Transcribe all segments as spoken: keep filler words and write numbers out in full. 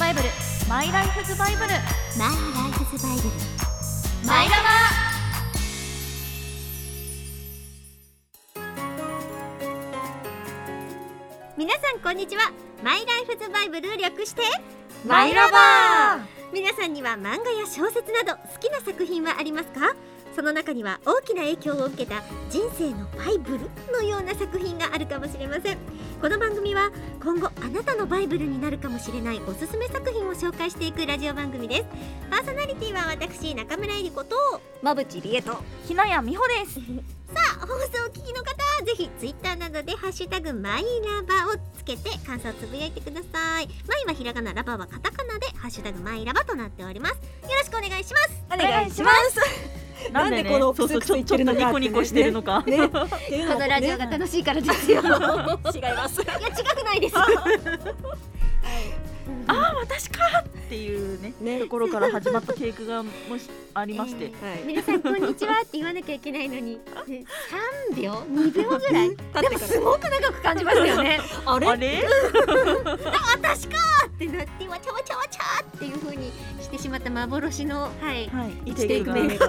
バイブル、マイライフズバイブル、 マイライフズバイブル、 マイラバ。皆さんこんにちは。マイライフズバイブル略してマイラバー。 皆さんには漫画や小説など好きな作品はありますか？その中には大きな影響を受けた人生のバイブルのような作品があるかもしれません。この番組は今後あなたのバイブルになるかもしれないおすすめ作品を紹介していくラジオ番組です。パーソナリティは私中村えり子と馬淵理恵とひなやみほです。 さあ、放送をお聞きの方はぜひツイッターなどでハッシュタグマイラバをつけて感想をつぶやいてください。マイはひらがな、ラバはカタカナでハッシュタグマイラバとなっております。よろしくお願いします。 お願いします。 なんでね、 このそうそう、ちょっとニコニコしてるのか、ね、 このラジオが楽しいからですよ。違います。 いや、違くないです。 ああ、私かっていう ね, ねところから始まったテイクがもしありまして、 えーはい、皆さんこんにちはって言わなきゃいけないのにさんびょうにびょうぐらいでもすごく長く感じましたよね。 あれあれ私かってなってわちゃわちゃわちゃっていう風にしてしまった幻の、はい、はい、 いちテイク目にか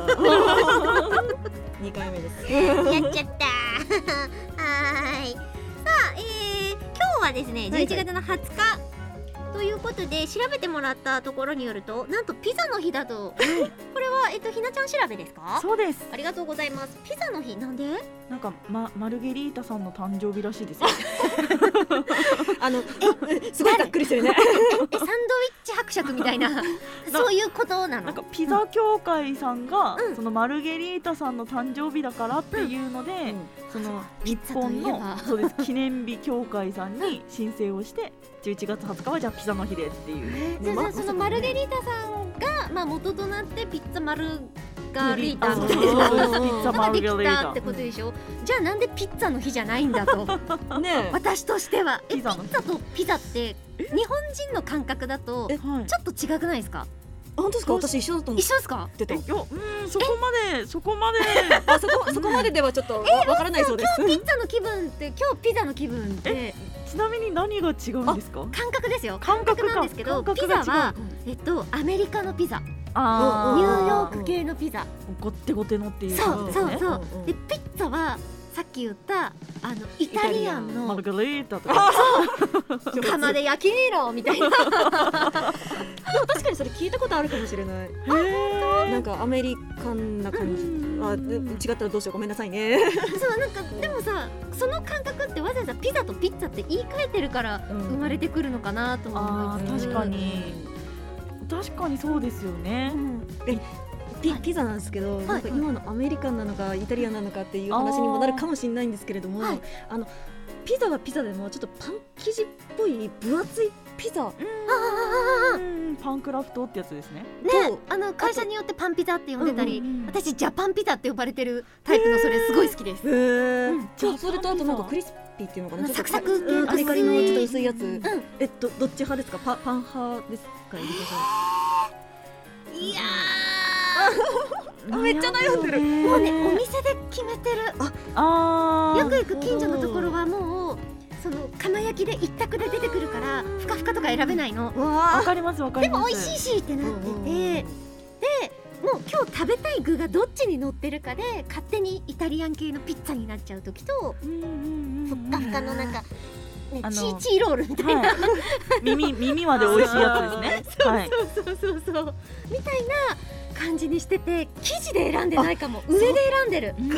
いめです。 やっちゃったはーい。さあ、えー、今日はですねじゅういちがつのはつかということで調べてもらったところによると、なんとピザの日だと。これはえっとひなちゃん調べですか？ そうです。 ありがとうございます。ピザの日なんで？ なんか、ま、マルゲリータさんの誕生日らしいですよ。 あのえすごいざっくりしてるね。 えサンドイッチ伯爵みたいなそういうことなの？ なんかピザ協会さんが、 うん、 そのマルゲリータさんの誕生日だからっていうので、うんうん、その日本のそうです記念日協会さんに申請をしてじゅういちがつはつかはじゃあピザの日でっていう。 じゃあそのマルゲリータさんが、まあ、元となってピッツァマルガリータみたいなのができたってことでしょ。じゃあなんでピッツァの日じゃないんだとね。私としてはえピッツァとピザって日本人の感覚だとちょっと違くないですか？ 本当ですか？私一緒だったの。 一緒ですか？ 出た。いや、うん、そこまでそこまであそこそこまでではちょっとわからないそうです。 今日ピッツァの気分って今日ピザの気分ってちなみに何が違うんですか？ 感覚ですよ。 感覚なんですけど、ピザはえっとアメリカのピザ、 あニューヨーク系のピザ、 ごってごてのっていうそう感じですね。 そうそう。でピッツァはさっき言ったあのイタリアンのマルゲリータとか釜で焼きろみたいな。 確かにそれ聞いたことあるかもしれない。なんかアメリカンな感じ。あ、違ったらどうしよう、ごめんなさいね。 そう、なんかでもさ、その感覚ってわざわざピザとピッツァって言い換えてるから生まれてくるのかなと思います。 確かに確かにそうですよね。 えピ, ピザなんですけど、なんか今のアメリカンなのかイタリアンなのかっていう話にもなるかもしれないんですけれども、はい、あのピザはピザでもちょっとパン生地っぽい分厚いピザ、 うんパンクラフトってやつですね。 ね、あの会社によってパンピザって呼んでたり、うんうんうん、私ジャパンピザって呼ばれてるタイプのそれすごい好きです。 へー、うん、じゃあそれとあとなんかクリスピーっていうのかな、 サクサク系のカリカリのちょっと薄いやつ、 うん、 えっとどっち派ですか？パパン派ですか？ いやーめっちゃ悩んでる。 もうねお店で決めてる。ああよく行く近所のところはもうその釜焼きで一択で出てくるからふかふかとか選べないの。 わかりますわかります。 でも美味しいしってなってて、でもう今日食べたい具がどっちに乗ってるかで勝手にイタリアン系のピッツァになっちゃう時と、ふっかふかのなんかね、チーチーロールみたいな、はい、 耳, 耳まで美味しいやつですね。 はい、そうそうそうそうみたいな感じにしてて、生地で選んでないかも。上で選んでる。うん、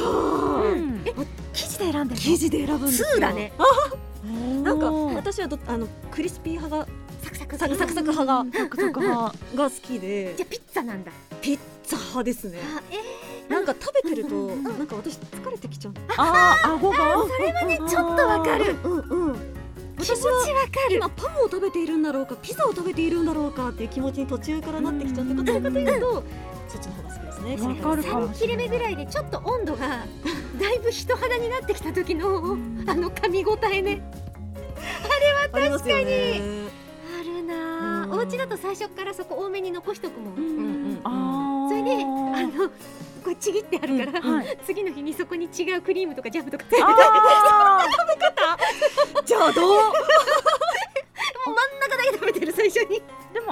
え生地で選んでるの？ 生地で選ぶんですよ。 ツーだね。 なんか私はどあのクリスピー派がサクサクサクサクサク派がサクサク派が好きで。 じゃあピッツァなんだ。 ピッツァ派ですね。えー、なんか食べてるとなんか私疲れてきちゃう。 ああ顎が。 それはねちょっとわかる。 うんうん。 気持ちわかる。 今パンを食べているんだろうかピザを食べているんだろうかっていう気持ちに途中からなってきちゃって、どちらかというとそっちの方が好きですね。 わかるかも。 さん切れ目ぐらいでちょっと温度がだいぶ人肌になってきた時のあの噛み応えね。あれは確かにあるな。お家だと最初からそこ多めに残しとくもん。それであのこれちぎってあるから、うんはい、次の日にそこに違うクリームとかジャムとかつけて食べ方じゃあどうもう真ん中だけ食べてる最初に。 でも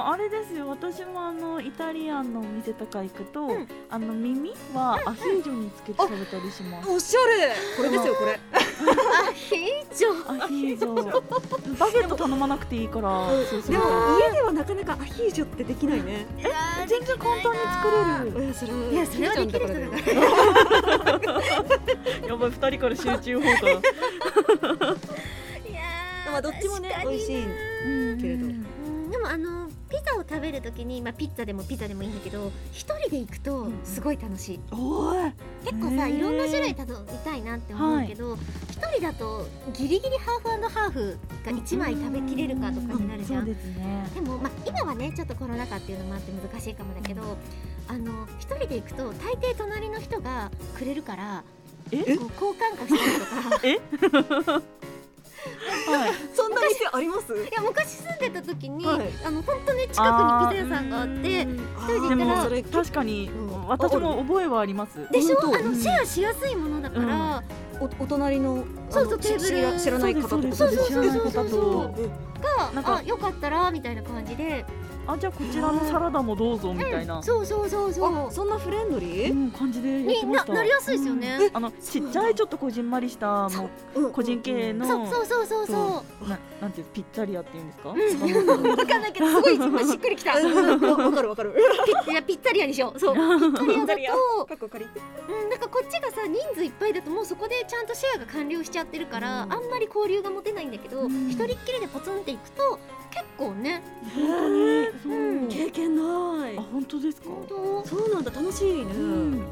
ああれですよ、私もあのイタリアンのお店とか行くと、うん、あの耳はアヒージョにつけて食べたりします。 おしゃれ。これですよこれ。 アヒージョ。 アヒージョ。バゲット頼まなくていいから。 そうそう。でも家ではなかなかアヒージョってできないね。 え、全然簡単に作れる。 いやそれいやそれはできる人だから。 やばい、二人から集中砲火。 いやまあどっちもね美味しいけれど。 でもあのピザを食べるときに、まあ、ピッツァでもピザでもいいんだけど一人で行くとすごい楽しい、うん、おい結構さいろんな種類食べたいなって思うけど一、はい、人だとギリギリハーフ&ハーフがいちまい食べきれるかとかになるじゃん、うん、そうですね、でも、まあ、今はねちょっとコロナ禍っていうのもあって難しいかもだけど、あの一人で行くと大抵隣の人がくれるからえこう交換化したりとかえはい、そんな店あります？ いや昔住んでた時に、はい、あの本当に近くにピザ屋さんがあって一人で行ったら確かに、うん、私も覚えはありますでしょ。あのシェアしやすいものだから、 うん、お, お隣のそうそうテーブル知らない方とそうそうそうそうそうがなんかあよかったらみたいな感じで。 あ、じゃあこちらのサラダもどうぞみたいな、 うん、そうそうそうそう、 そんなフレンドリー、 うん、感じでやってました。 な, なりやすいですよね、 うん、あのちっちゃいちょっとこじんまりしたもう個人経営のそうそうそうそうそうななんていうピッツァリアっていうんですか、 うん、分かんないけどすごい今しっくりきた。 わかるわかる。 いやピッツァリアにしよう。そうピッツァリアだとかっこ借りうんなんかこっちがさ人数いっぱいだともうそこでちゃんとシェアが完了しちゃってるから、うん、あんまり交流が持てないんだけど、うん、一人っきりでポツンっていくと結構ね本当に、 うん、経験ない。 あ、本当ですか。 そうなんだ、楽しいね、うん、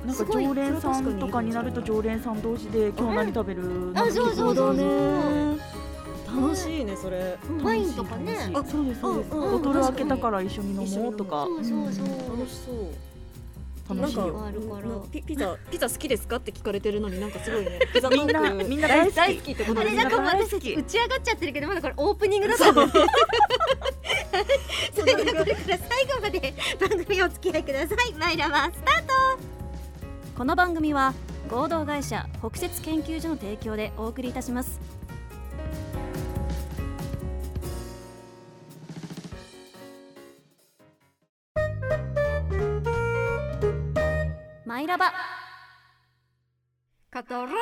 なんか常連さんとかになると常連さん同士で今日何食べる、うん、 あ、そうそうそうそう楽しいねそれ。 ワインとかね。 あ、そうですそうです。ボトル開けたから一緒に飲もうとか。 そうそうそう。 楽しそう。 楽しいよ。 ピ, ピザピザ好きですかって聞かれてるのになんかすごいね。ピザみんなみんな大好きってことで。 あれなんか私打ち上がっちゃってるけどまだこれオープニングだったので。それではこれから最後まで番組お付き合いください。マイラバースタート。 この番組は合同会社北摂研究所の提供でお送りいたします。マイラバカタラバ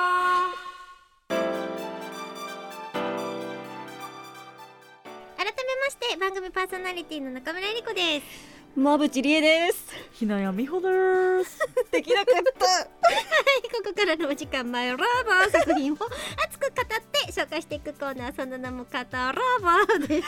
改めまして番組パーソナリティの中村えり子です。 馬淵理恵です。 ひなやみほです。 できなかったはい、 ここからのお時間マイラバー作品を熱く語って紹介していくコーナー、その名もカタラバーです。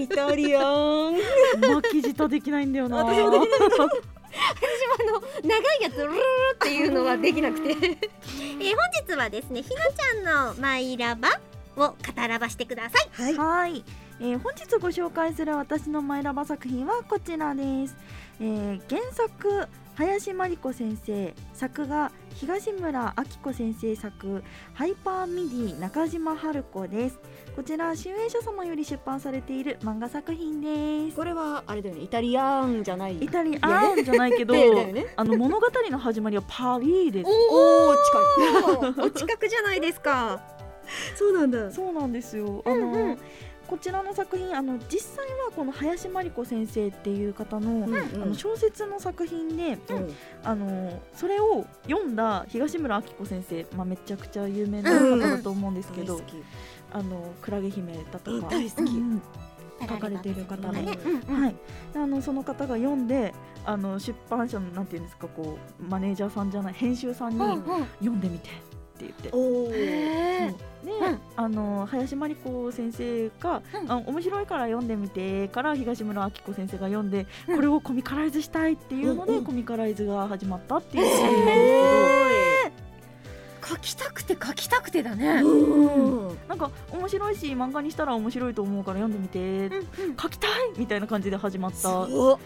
イタリアン巻き舌できないんだよな。 私もできない私もあの長いやつルルルっていうのはできなくて、えー、本日はですねひなちゃんのマイラバを語らばしてください。 はい、はいえー、本日ご紹介する私のマイラバ作品はこちらです、えー、原作林真理子先生、作画東村明子先生作ハイパーミディ中島春子です。こちら集英社様より出版されている漫画作品です。 これはあれだよね、イタリアンじゃない、 イタリアンじゃないけど、ね、あの物語の始まりはパリです。 おー近いお近くじゃないですか。 そうなんだ。 そうなんですよ。あの、うんうん、こちらの作品あの実際はこの林真理子先生っていう方 の,、うんうん、あの小説の作品で、うん、あのそれを読んだ東村明子先生、まあ、めちゃくちゃ有名な方だと思うんですけど、うんうん、あのクラゲ姫だとか大好き、うん書かれている方で、はい、あのその方が読んであの出版社のなんていうんですか、こうマネージャーさんじゃない編集さんに読んでみてって言って、 おーで、うん、あの林真理子先生が、うん、あ面白いから読んでみてから東村明子先生が読んで、うん、これをコミカライズしたいっていうので、うんうん、コミカライズが始まったっていう作品なんですけど、 書きたくて書きたくてだね、 うん、なんか面白いし漫画にしたら面白いと思うから読んでみて、うんうん、書きたいみたいな感じで始まった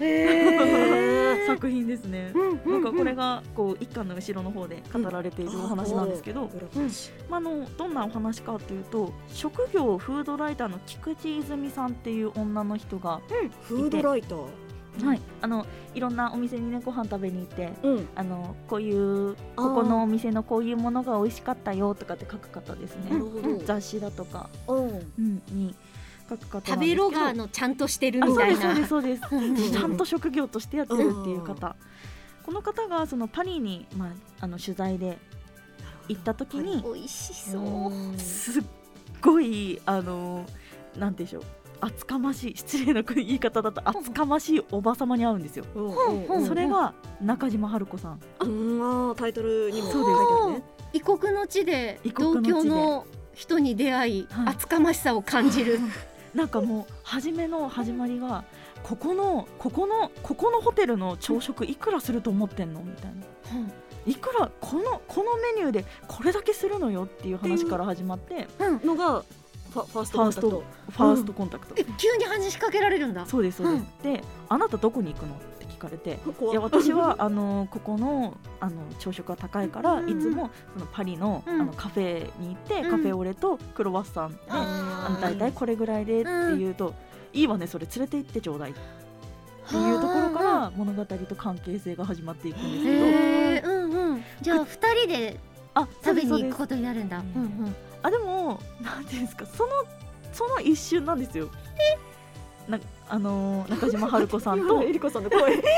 作品ですね、うんうんうん、なんかこれがこう一巻の後ろの方で語られているお話なんですけど、うんまあ、のどんなお話かというと、職業フードライターの菊池泉さんっていう女の人がいて、 うん、フードライターはい、あのいろんなお店にねご飯食べに行って、うん、あのこういうここのお店のこういうものが美味しかったよとかって書く方ですね、うん、雑誌だとか、うん、に書く方なんですけど、 食べロガーのちゃんとしてるみたいな。 そうですそうですそううんうんですちゃんと職業としてやってるっていう方、この方がそのパリに、まあ、あの取材で行った時に美味しそう。 すっごいあのなんていうんでしょう、厚かましい、失礼な言い方だと厚かましいおばさまに会うんですよ。 うんそれが中島春子さん。 うんあタイトルにも書いてそうですあるね。 異国の地で異国の同地で郷の人に出会い、 はい厚かましさを感じる。 なんかもう初めの始まりがここのここのここのホテルの朝食いくらすると思ってんのみたいな、いくらこのこのメニューでこれだけするのよっていう話から始まって、 のがファファーストコンタクト。 ファーストコンタクト、 え急に話しかけられるんだ。 そうですそうです、であなたどこに行くのって聞かれて、 ここはいや私はあのここのあの朝食が高いから、 うんいつもそのパリの,、 うんあのカフェに行って、 うんカフェオレとクロワッサンで、あのだいたいこれぐらいでって言うと、いいわねそれ連れて行ってちょうだいっていうところから物語と関係性が始まっていくんですけど、 へーうんうん。じゃあ二人であ食べにそうです行くことになるんだ。 そうですうんうん。 あでもなんていうんですか、そのその一瞬なんですよ。なあのー中島春子さんとえりこさんの声ど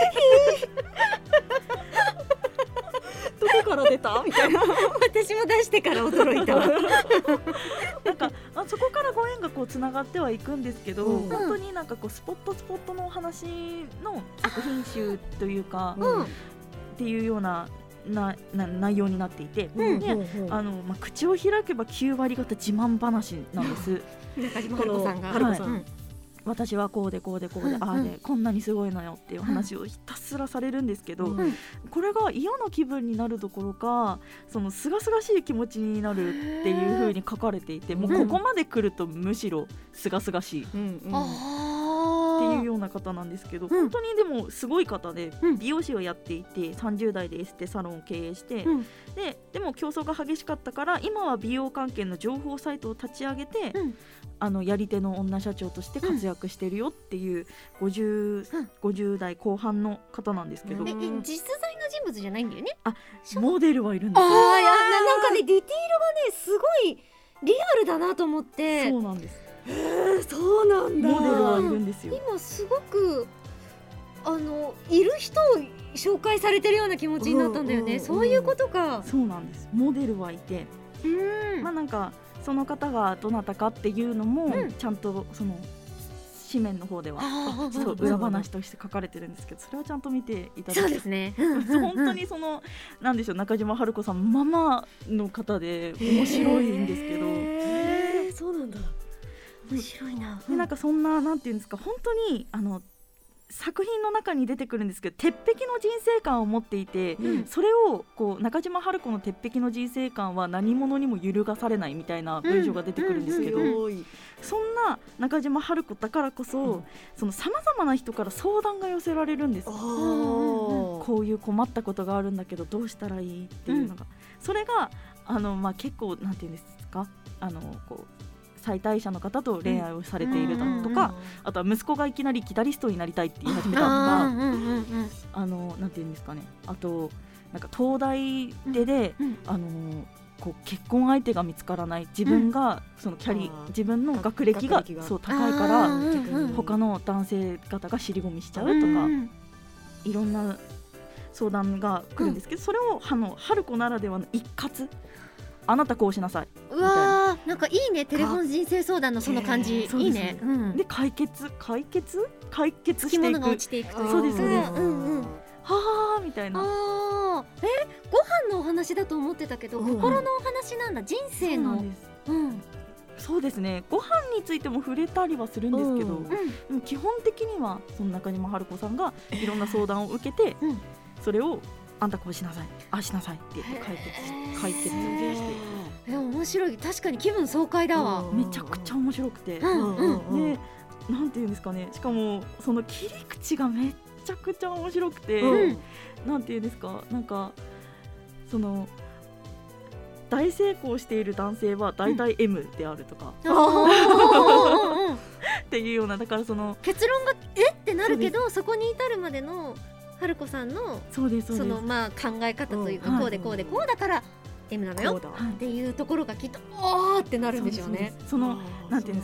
こから出たみたいな。 私も出してから驚いたわ。 なんかあそこからご縁がこうつながってはいくんですけど、 うん本当になんかこうスポットスポットのお話の作品集というか、 うんっていうようななな内容になっていて、 うんであのまあ、口を開けばきゅう割方自慢話なんです。 中島春子さんが。 春子さんうん私はこうでこうでこうで、 うんああでこんなにすごいのよっていう話をひたすらされるんですけど、 うんこれが嫌な気分になるどころかその清々しい気持ちになるっていう風に書かれていて、もうここまで来るとむしろ清々しいっうんうんあていうーような方なんですけど、 ん本当にでもすごい方で、 うん美容師をやっていてさんじゅう代でエステサロンを経営して、 うんで, でも競争が激しかったから今は美容関係の情報サイトを立ち上げて、 うんあのやり手の女社長として活躍してるよっていうごじゅう、 うんごじゅう代後半の方なんですけど、 うんええ実在の人物じゃないんだよね。 モデルはいるんであすよ。 あいやななんかねディティールがねすごいリアルだなと思って。 そうなんです。 そうなんだ。 モデルはいるんですよ。 今すごくあのいる人を紹介されてるような気持ちになったんだよね。 うんうんうんそういうことか。 そうなんです。モデルはいて、 うんまあなんかその方がどなたかっていうのも、 うんちゃんとその紙面の方ではあーそう裏話として書かれてるんですけど、それをちゃんと見ていただそうきですね。 本当にそのなんでしょう、中島春子さんママの方で面白いんですけど、 へーそうなんだ。 面白いな。 でなんかそんななんていうんですか、本当にあの作品の中に出てくるんですけど鉄壁の人生観を持っていて、 うんそれをこう中島春子の鉄壁の人生観は何者にも揺るがされないみたいな文章が出てくるんですけど、 うんうんすごい。 そんな中島春子だからこそ、 うんそのさまざまな人から相談が寄せられるんです。 あーこういう困ったことがあるんだけどどうしたらいいっていうのが、それがあの、まあ、結構なんていうんですか、あのこう妻帯者の方と恋愛をされているだとか、あとは息子がいきなりギタリストになりたいって言い始めたとか、 あーうんうんうんあのなんていうんですかね、あとなんか東大出で、 うんうんあのこう結婚相手が見つからない、自分がそのキャリ、 あー自分の学歴が学歴がそう高いからあーうんうん他の男性方が尻込みしちゃうとか、 うんいろんな相談が来るんですけど、それをあの春子ならではの一括、あなたこうしなさい、 うわーなんかいいね、テレフォン人生相談のその感じそうですいいね。うんで解決解決解決つきしていく、 ものが落ちていくというそうですそうですんうんうんはあみたいな。 あーえご飯のお話だと思ってたけど、 うん心のお話なんだ、人生そうなのんです。 うんそうですね、ご飯についても触れたりはするんですけど、 うんでも基本的にはその中島春子さんがいろんな相談を受けて、 うんそれをあんたこうしなさい、ああしなさいって言って解決しへー解決してえ面白い、確かに気分爽快だわ。 めちゃくちゃ面白くて、 うんうんでなんていうんですかね、しかもその切り口がめちゃくちゃ面白くて、 うんなんていうんですか、なんかその大成功している男性は大体 エム であるとか、 あーっていうような、だからその結論がえってなるけど、そこに至るまでの春子さんのそうですそうですそのまあ考え方というか、 うんこうでこうでこうだから エム なのよこうだっていうところがきっとあーってなるんでしょうね。 そのなんていうんですか、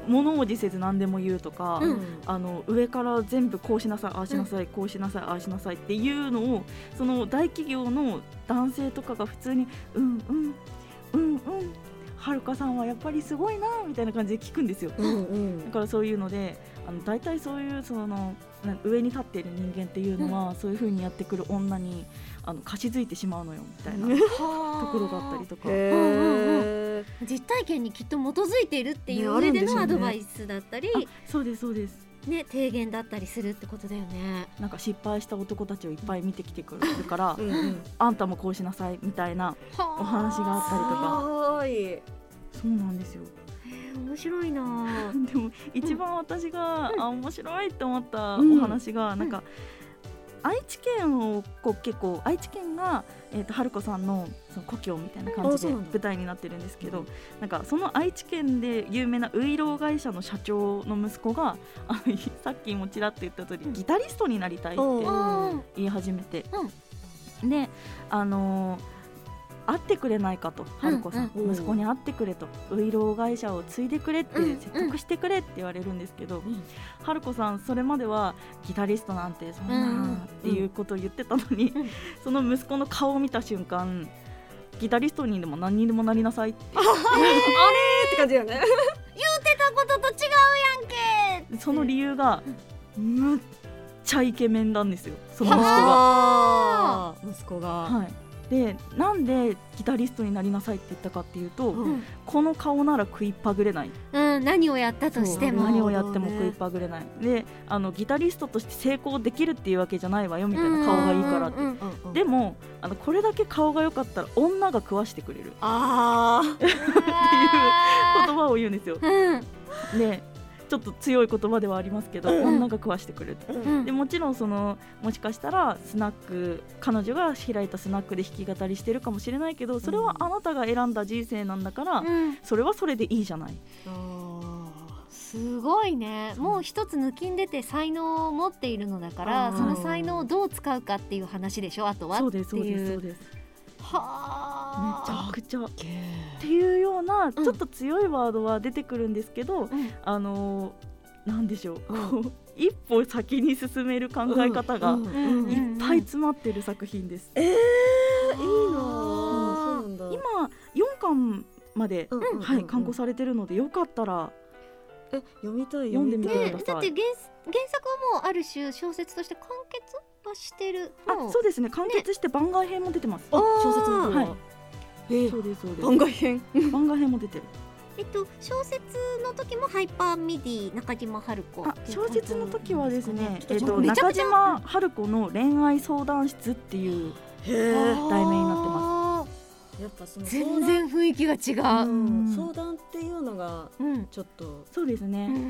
物おじせず何でも言うとか、 うんあの上から全部こうしなさいああしなさい、うん、こうしなさいああしなさいっていうのをその大企業の男性とかが普通にうんうんうんうんはるかさんはやっぱりすごいなみたいな感じで聞くんですよ、うんうん、だからそういうのであの大体そういうその上に立っている人間っていうのは、うん、そういう風にやってくる女にあの貸し付いてしまうのよみたいなところがあったりとか、 へー、実体験にきっと基づいているっていう上でのアドバイスだったり、 ね、そうですそうですね、提言だったりするってことだよね。 なんか失敗した男たちをいっぱい見てきてくるからうん、うん、あんたもこうしなさいみたいなお話があったりとか。はい、そうなんですよ。 面白いなでも一番私が、うん、あ面白いって思ったお話が、うん、なんか、うん、愛知県をこう結構愛知県が、えーと、春子さん の, その故郷みたいな感じで舞台になってるんですけど、うん、なんかその愛知県で有名なウイロー会社の社長の息子があのさっきもちらっと言った通り、うん、ギタリストになりたいって言い始めて、うん、であのー会ってくれないかと、春子さん、うんうん、息子に会ってくれと、ウイロー会社を継いでくれって、うん、説得してくれって言われるんですけど、うん、春子さんそれまではギタリストなんてそんなっていうことを言ってたのに、うんうん、その息子の顔を見た瞬間ギタリストにでも何にでもなりなさいってあれって感じよね言うてたことと違うやんけ。 その理由がむっちゃイケメンなんですよ、その息子が息子が、 はい、でなんでギタリストになりなさいって言ったかっていうと、うん、この顔なら食いっぱぐれない、 うん、何をやったとしても何をやっても食いっぱぐれない、であのギタリストとして成功できるっていうわけじゃないわよみたいな、顔がいいからって、うんうんうん、でもあのこれだけ顔が良かったら女が食わしてくれるあっていう言葉を言うんですよ、うん、でちょっと強い言葉ではありますけど、うん、女が食わしてくれる、うん、でもちろんそのもしかしたらスナック彼女が開いたスナックで弾き語りしてるかもしれないけど、それはあなたが選んだ人生なんだから、うん、それはそれでいいじゃない、 すごいね。もう一つ抜きん出て才能を持っているのだからその才能をどう使うかっていう話でしょ、あとはっていう。 そうですそうですそうです。はめちゃくちゃっていうようなちょっと強いワードは出てくるんですけど、うん、あのなんでしょう、うん、一歩先に進める考え方がいっぱい詰まってる作品です、うんうんうん、えー、いいな、そうなんだ。 今よんかんまで、うんうんうん、はい、刊行されてるのでよかったらえ読みたい読んでみてください、ね、 だって 原, 原作はもうある種小説として完結はしてる。 あ、そうですね、完結して番外編も出てます、 ね、あ小説の方は、はい、 えー、そうですそうです。 番外編番外編も出てるえっと、小説の時もハイパーミディ中島春子。 あ小説の時はですね、えっと、中島春子の恋愛相談室っていう題名になってます。 やっぱその全然雰囲気が違う、うん、 相談っていうのがちょっと、うん、 そうですね、うんうんうん、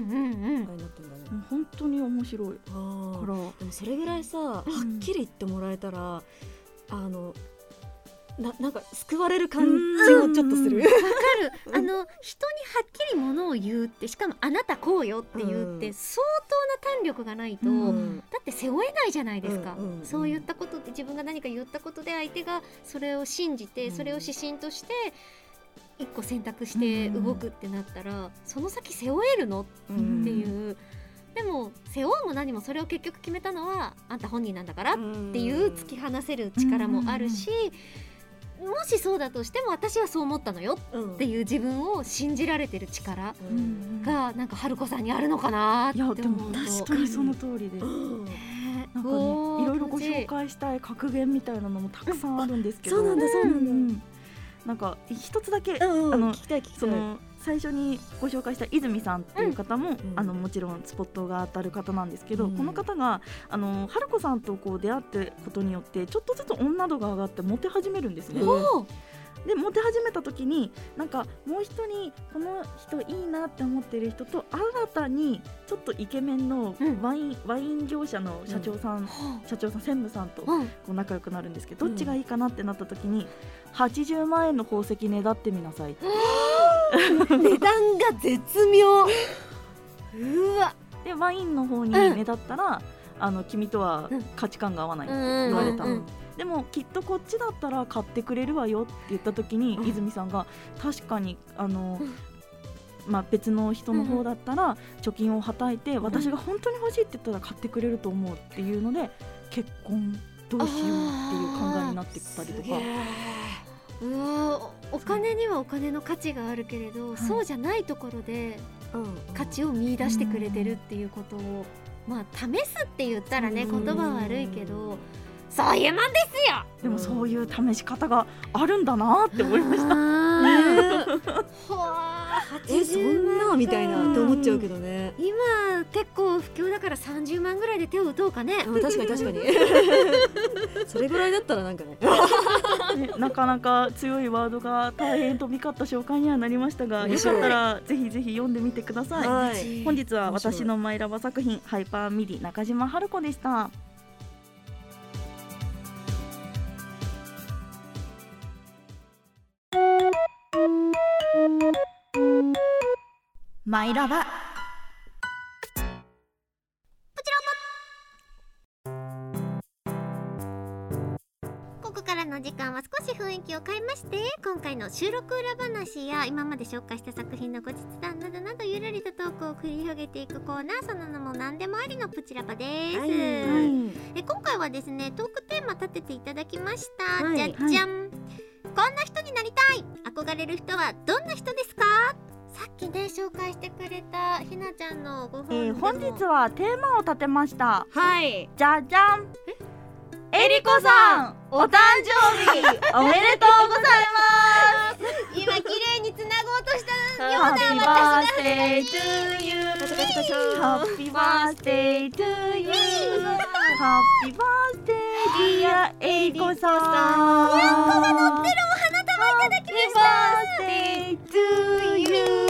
本当に面白いから。でもそれぐらいさ、はっきり言ってもらえたら、あのな, なんか救われる感じをちょっとする。わかる。あの人にはっきりものを言うって、しかもあなたこうよって言うって、うん、相当な胆力がないと、うん、だって背負えないじゃないですか、うんうんうん、そう言ったことって自分が何か言ったことで相手がそれを信じて、うん、それを指針として一個選択して動くってなったら、うん、その先背負えるのっていう、うん、でも背負うも何もそれを結局決めたのはあんた本人なんだからっていう突き放せる力もあるし、うんうんうん、もしそうだとしても私はそう思ったのよっていう自分を信じられてる力がなんか春子さんにあるのかなって思うと。いやでも確かにその通りです、うん、なんかねいろいろご紹介したい格言みたいなのもたくさんあるんですけど、 そうなんだそうなんだ、うん、 なんか一つだけ、 うんうん、 あの聞きたい聞きたい。 その最初にご紹介した泉さんっていう方も、うん、あのもちろんスポットが当たる方なんですけど、うん、この方があの春子さんとこう出会ったことによってちょっとずつ女度が上がってモテ始めるんですね、うん、でモテ始めた時になんかもう一人この人いいなって思ってる人と新たにちょっとイケメンのワイン、うん、ワイン業者の社長さん、うん、社長さん専務さんとこう仲良くなるんですけど、どっちがいいかなってなった時にはちじゅうまんえんの宝石ねだってみなさい値段が絶妙うわでワインの方にねだったら、うん、あの君とは価値観が合わないって言われた、うんうんうん、でもきっとこっちだったら買ってくれるわよって言った時に、うん、泉さんが確かにあの、うん、 まあ、別の人の方だったら貯金をはたいて、うん、私が本当に欲しいって言ったら買ってくれると思うっていうので結婚どうしようっていう考えになってきたりとか。 うわ、お金にはお金の価値があるけれど、はい、そうじゃないところで価値を見出してくれてるっていうことを、まあ試すって言ったらね言葉は悪いけどそういうもんですよ。 でもそういう試し方があるんだなって思いました。 え、そんなみたいなって思っちゃうけどね。 今結構不況だからさんじゅうまんぐらいで手を打とうかね。 確かに確かにそれぐらいだったらなんか ね, ねなかなか強いワードが大変飛び交った紹介にはなりましたが、よかったらぜひぜひ読んでみてください。はい、本日は私のマイラバ作品ハイパーミディ中島春子でした。マイラバここからの時間は少し雰囲気を変えまして、今回の収録裏話や今まで紹介した作品の後日談などなどゆるりとトークを繰り広げていくコーナー、その名も何でもありのプチラバです。はい、え今回はですねトークテーマ立てていただきました。はい、じゃじゃん、はい、こんな人になりたい、憧れる人はどんな人ですか。さっきね紹介してくれたひなちゃんのご本でも、えー、 本日はテーマを立てました。 はい、 じゃじゃん、えりこさんお誕生日おめでとうございます今綺麗につなごうとしたようなハッピーバースデートゥーユーハッピーバースデートゥーユーハッピーバースデーディアえりこさん、 にゃんこが乗ってるお花束いただきました。 ハッピーバースデートゥーユー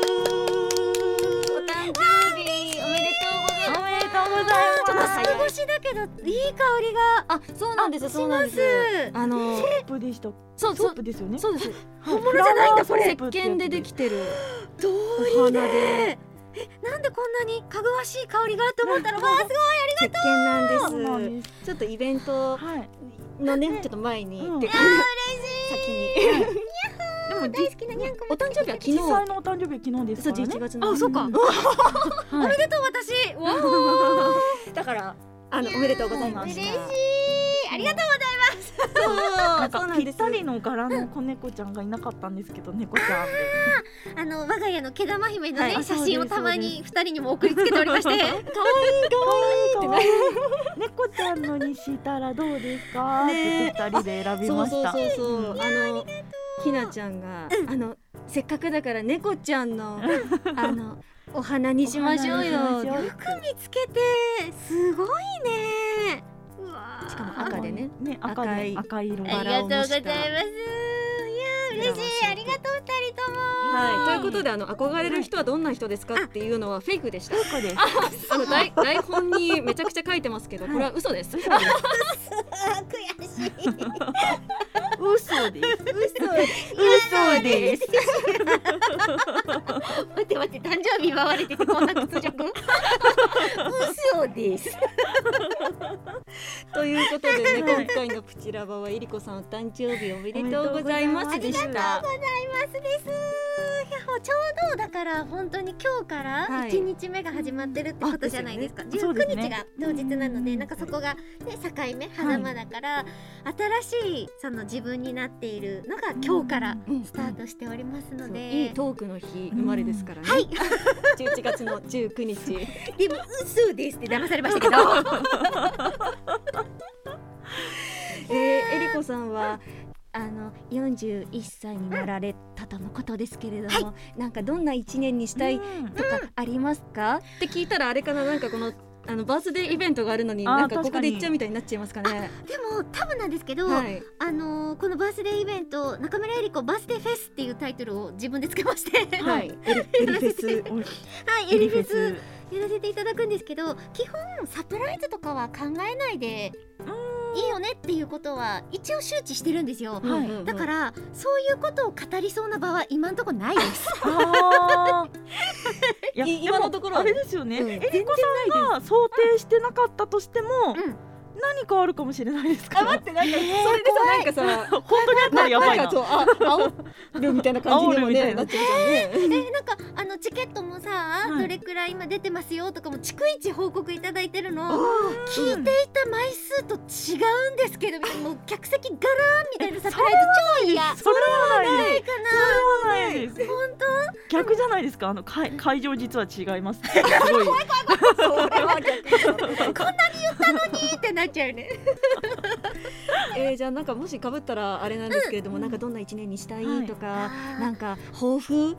最越しだけどいい香りが、 あ、そうなんです、そうなんです。 あのソープでした。 そうソープですよね。 そうです。 本物じゃないんだこれ。 石鹸でできてるお花で。え、なんでこんなにかぐわしい香りがと思ったら、わあすごいありがとう。 石鹸なんです。ちょっとイベントのね、ちょっと前にって感じ。 先に。 でも大好きなにゃんこ。 お誕生日は昨日。 実際のお誕生日は昨日ですからね。 じゅういちがつの。 あ、そうか。おめでとう私。わあ。だからあのおめでとうございます。 嬉しい。ありがとうございます。 なんかぴったりの柄の子猫ちゃんがいなかったんですけど、猫ちゃんで。 あの我が家の毛玉姫のね写真をたまに二人にも送りつけておりまして、可愛い可愛いってね。 猫ちゃんのにしたらどうですかって二人で選びました。 そうそうそう。あのひなちゃんがあのせっかくだから猫ちゃんのあのお花にしましょうよ。 よく見つけてすごいね。うわしかも赤でね、 ね赤い赤い色。 ありがとうございます。いや嬉しい、ありがとう二人とも。 はい、ということであの憧れる人はどんな人ですかっていうのはフェイクでした。 フェイクです。 あの台台本にめちゃくちゃ書いてますけど、これは嘘です。 悔しい。 嘘です。 嘘です。 待って待って誕生日祝われててこんな屈辱。嘘です。 ということでね、今回のプチラバはえりこさんお誕生日おめでとうございますでした。 ありがとうございますです。いやちょうどだから本当に今日からいちにちめが始まってるってことじゃないですか。じゅうくにちが当日なので、なんかそこがね境目狭間だから、新しいその自分になっているのが今日からスタートしておりますので、 いいトークの日生まれですからね。 はい。 じゅういちがつのじゅうくにち。 でも嘘ですって騙されましたけど。 えー、えりこさんはあのよんじゅういっさいになられたとのことですけれども、はい、なんかどんないちねんにしたいとかありますか、うん、って聞いたらあれかな、なんかこのあのバースデーイベントがあるのになんかここで行っちゃうみたいになっちゃいますかね。 でも多分なんですけど、はい、あのー、このバースデーイベント中村えりこバースデーフェスっていうタイトルを自分でつけまして、 はい、エリフェスはいエリフェスやらせていただくんですけど、基本サプライズとかは考えないでいいよねっていうことは一応周知してるんですよ、はい、だからそういうことを語りそうな場は今のところないです。 あいや今のところあれですよね、えりこさんが想定してなかったとしても、うん、 何かあるかもしれないですか。 あ、待って、なんかそれでさ、なんかさ、 本当にあったらやばいな。 なんかそうあ青るみたいな感じにもねなっちゃうじゃんね。 えー、なんかあのチケットもさ、 はい、 どれくらい今出てますよとかも逐一報告いただいてるの。聞いていた枚数と違うんですけど、もう客席ガラーンみたいなサプライズ超嫌。 それはないかな。 それはないです。 本当？ 逆じゃないですか。あの会会場実は違います。すごい。 怖い怖い怖い。それは逆。こんなに言ったのにってなっちゃうね。 えー、じゃあなんかもし被ったらあれなんですけれども、うん、なんかどんな一年にしたいとか、はい、なんか抱負、うん、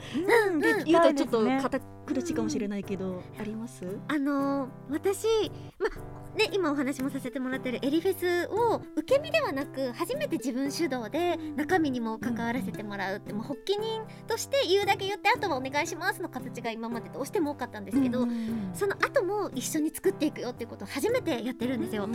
で言うとちょっと堅苦しいかもしれないけど、うん、あります？ あのー、私まね、今お話もさせてもらってるエリフェスを受け身ではなく初めて自分主導で中身にも関わらせてもらうって、もう発起人として言うだけ言ってあとはお願いしますの形が今までどうしても多かったんですけど、うん、その後も一緒に作っていくよっていうことを初めてやってるんですよ、うん、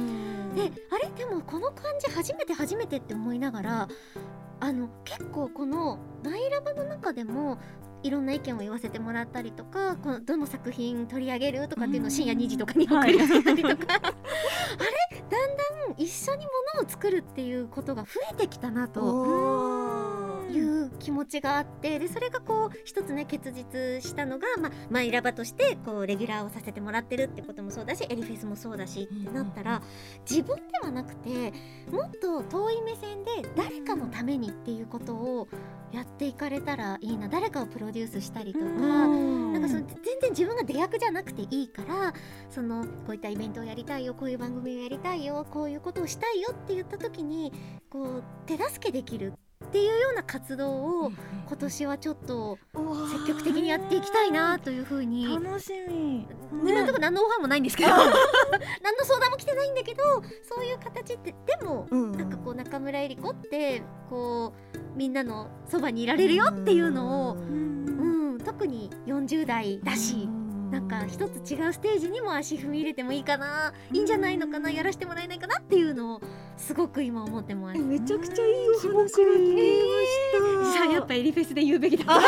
であれでもこの感じ初めて初めてって思いながら、あの結構このマイラバの中でもいろんな意見を言わせてもらったりとか、このどの作品取り上げるとかっていうのを深夜にじとかに送りつけたりとか、はい、あれだんだん一緒にものを作るっていうことが増えてきたなという気持ちがあって、でそれがこう一つね結実したのが、まあ、マイラバとしてこうレギュラーをさせてもらってるってこともそうだし、エリフェスもそうだしってなったら、自分ではなくてもっと遠い目線で誰かのためにっていうことをやっていかれたらいいな、誰かをプロデュースしたりとか、なんかその全然自分が出役じゃなくていいから、そのこういったイベントをやりたいよ、こういう番組をやりたいよ、こういうことをしたいよって言った時にこう手助けできるっていうような活動を今年はちょっと積極的にやっていきたいなというふうに。 楽しみ、 今のところ何のオファーもないんですけど何の相談も来てないんだけど、そういう形ってでも、うん、なんかこう中村えり子ってこうみんなのそばにいられるよっていうのを、うんうん、特によんじゅう代だし、なんか一つ違うステージにも足踏み入れてもいいかな、いいんじゃないのかな、やらせてもらえないかなっていうのをすごく今思ってます。 めちゃくちゃいいお話が聞けました。 じゃあやっぱエリフェスで言うべきだった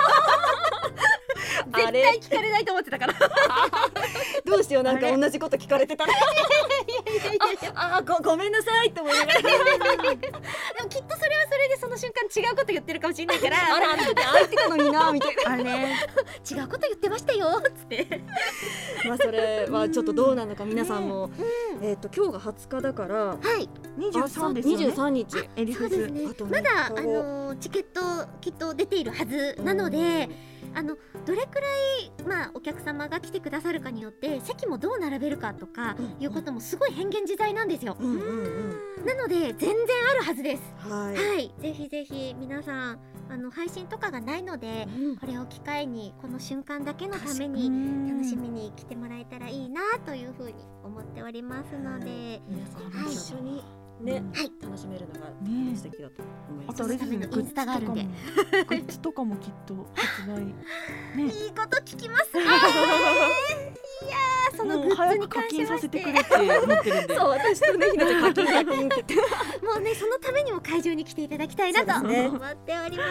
絶対聞かれないと思ってたからどうしよう、なんか同じこと聞かれてたらああ ご, ごめんなさいって思いながらでもきっとそれはそれでその瞬間違うこと言ってるかもしれないからあら相手たのになみたいなあれ違うこと言ってましたよっつってまあそれはちょっとどうなのか皆さんも、うん、えっ、ー、と今日がはつかだから、 はい、 にじゅうさんですよね。 にじゅうさんにちエリフェス、そうですね、まだあのチケットきっと出ているはずなので、あのどれくらい、まあ、お客様が来てくださるかによって席もどう並べるかとかいうこともすごい変幻自在なんですよ、うんうんうん、なので全然あるはずです、はいはい、ぜひぜひ皆さんあの配信とかがないので、うん、これを機会にこの瞬間だけのために楽しみに来てもらえたらいいなというふうに思っておりますので、 皆さん一緒にね、はい、楽しめるのが素敵だと思います。 あとあれですね、 インスタがあるんでグッズとかもきっと発売、ね、 いいこと聞きますねいやー、そのグッズに関しまして早く課金させてくれって思ってるんでそう、私とねひなちゃん課金課金ってもうね、そのためにも会場に来ていただきたいなと思っております、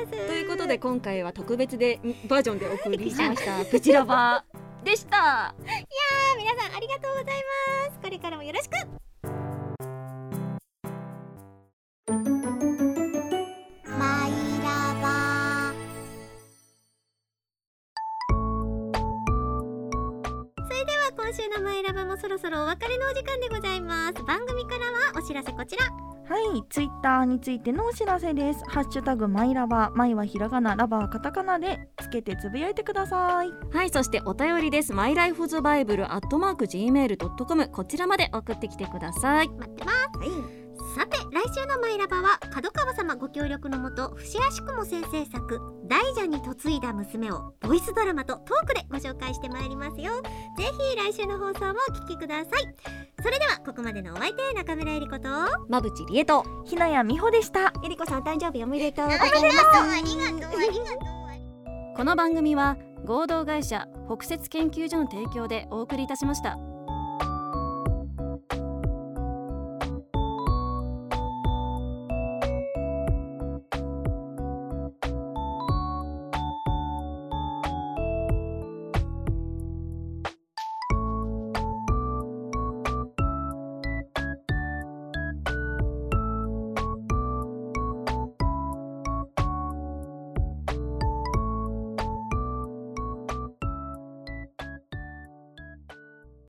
ね、 ということで今回は特別でバージョンでお送りしましたプチラバーでした。いやー、皆さんありがとうございます。これからもよろしく。マイラバそれでは今週のマイラバもそろそろお別れのお時間でございます。番組からはお知らせこちら。 はい、ツイッターについてのお知らせです。ハッシュタグマイラバ、マイはひらがな、ラバはカタカナでつけてつぶやいてください。 はい、そしてお便りです。マイライフズバイブルアットマーク ジーメールドットコム こちらまで送ってきてください。 待ってます、はい。さて来週のマイラバは角川様ご協力のもと、ふしやしくも先生作大蛇に嫁いだ娘をボイスドラマとトークでご紹介してまいりますよ。ぜひ来週の放送もお聞きください。それではここまでのお相手、中村えり子と馬淵理恵とひなやみほでした。 えり子さんお誕生日おめでとうございます。ありがとうありがとうありがとう。 この番組は合同会社北雪研究所の提供でお送りいたしました。